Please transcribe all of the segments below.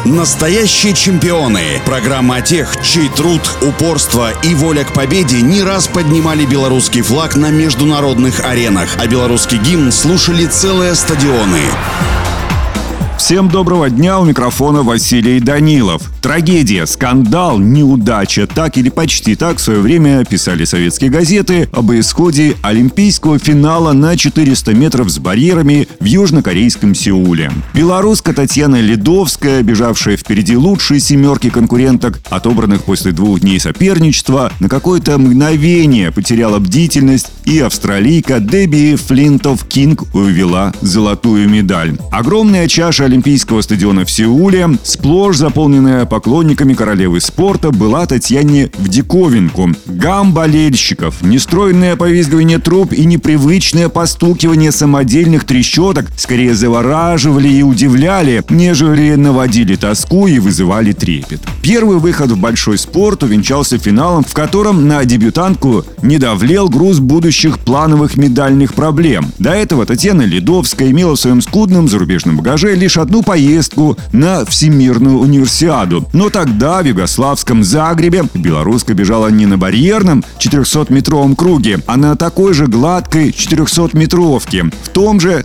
Настоящие чемпионы. Программа о тех, чей труд, упорство и воля к победе не раз поднимали белорусский флаг на международных аренах, а белорусский гимн слушали целые стадионы. Всем доброго дня, у микрофона Василий Данилов. Трагедия, скандал, неудача. Так или почти так в свое время писали советские газеты об исходе олимпийского финала на 400 метров с барьерами в южнокорейском Сеуле. Белоруска Татьяна Ледовская, бежавшая впереди лучшей семерки конкуренток, отобранных после 2 дней соперничества, на какое-то мгновение потеряла бдительность, и австралийка Дебби Флинтоф-Кинг увела золотую медаль. Огромная чаша олимпийского стадиона в Сеуле, сплошь заполненная поклонниками королевы спорта, была Татьяне в диковинку. Гам болельщиков, нестройное повизгивание труб и непривычное постукивание самодельных трещоток скорее завораживали и удивляли, нежели наводили тоску и вызывали трепет. Первый выход в большой спорт увенчался финалом, в котором на дебютантку не давлел груз будущих плановых медальных проблем. До этого Татьяна Ледовская имела в своем скудном зарубежном багаже лишь одну поездку на Всемирную универсиаду. Но тогда в югославском Загребе белоруска бежала не на барьерном 400-метровом круге, а на такой же гладкой 400-метровке. В том же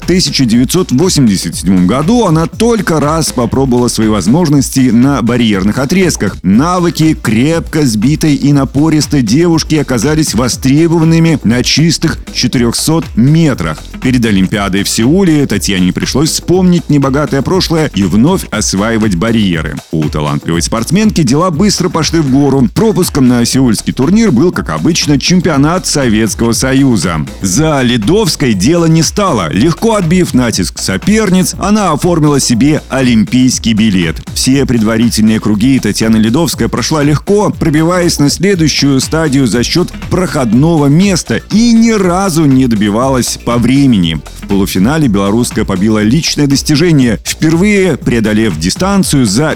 1987 году она только раз попробовала свои возможности на барьерных отрезках. Навыки крепко сбитой и напористой девушки оказались востребованными на чистых 400 метрах. Перед Олимпиадой в Сеуле Татьяне пришлось вспомнить небогатое прошлое и вновь осваивать барьеры. У талантливой спортсменки дела быстро пошли в гору. Пропуском на сеульский турнир был, как обычно, чемпионат Советского Союза. За Ледовской дело не стало. Легко отбив натиск соперниц, она оформила себе олимпийский билет. Все предварительные круги Татьяна Ледовская прошла легко, пробиваясь на следующую стадию за счет проходного места и ни разу не добивалась по времени. В полуфинале белорусская побила личное достижение, впервые преодолев дистанцию за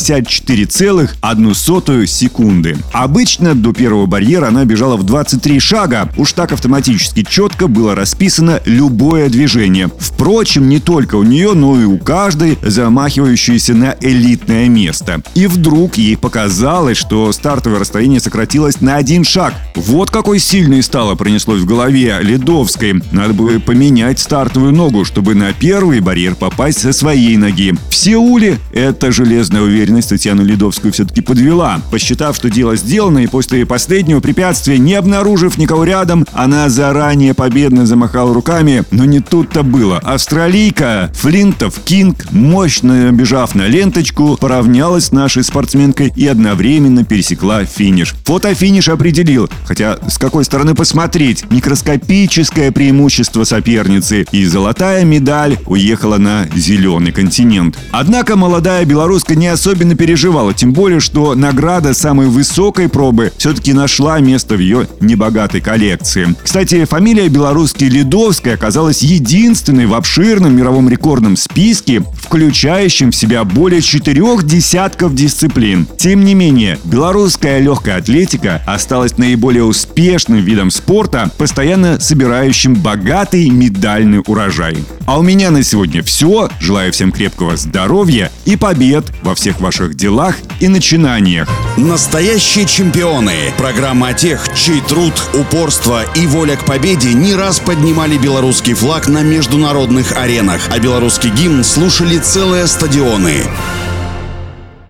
54,1 секунды. Обычно до первого барьера она бежала в 23 шага. Уж так автоматически четко было расписано любое движение. Впрочем, не только у нее, но и у каждой, замахивающейся на элитное место. И вдруг ей показалось, что стартовое расстояние сократилось на 1 шаг. Вот какой сильной стало, пронеслось в голове Ледовской. Надо бы поменять стартовую ногу, чтобы на первый барьер попасть со своей ноги. В Сеуле эта железная уверенность Татьяну Ледовскую все-таки подвела. Посчитав, что дело сделано, и после последнего препятствия, не обнаружив никого рядом, она заранее победно замахала руками. Но не тут-то было. Австралийка Флинтоф-Кинг, мощно бежав на ленточку, поравнялась с нашей спортсменкой и одновременно пересекла финиш. Фотофиниш определил, хотя с какой стороны посмотреть, микроскопическое преимущество соперницы, и золотая медаль уехала на зеленый континент. Однако молодая белоруска не особенно переживала, тем более, что награда самой высокой пробы все-таки нашла место в ее небогатой коллекции. Кстати, фамилия белорусской Ледовской оказалась единственной в обширном мировом рекордном списке, включающем в себя более 4 десятков дисциплин. Тем не менее, белорусская легкая атлетика осталась наиболее успешным видом спорта, постоянно собирающим богатый медальный урожай. А у меня на сегодня все. Желаю всем крепкого здоровья и побед во всех ваших делах и начинаниях. Настоящие чемпионы. Программа о тех, чей труд, упорство и воля к победе не раз поднимали белорусский флаг на международных аренах, а белорусский гимн слушали целые стадионы.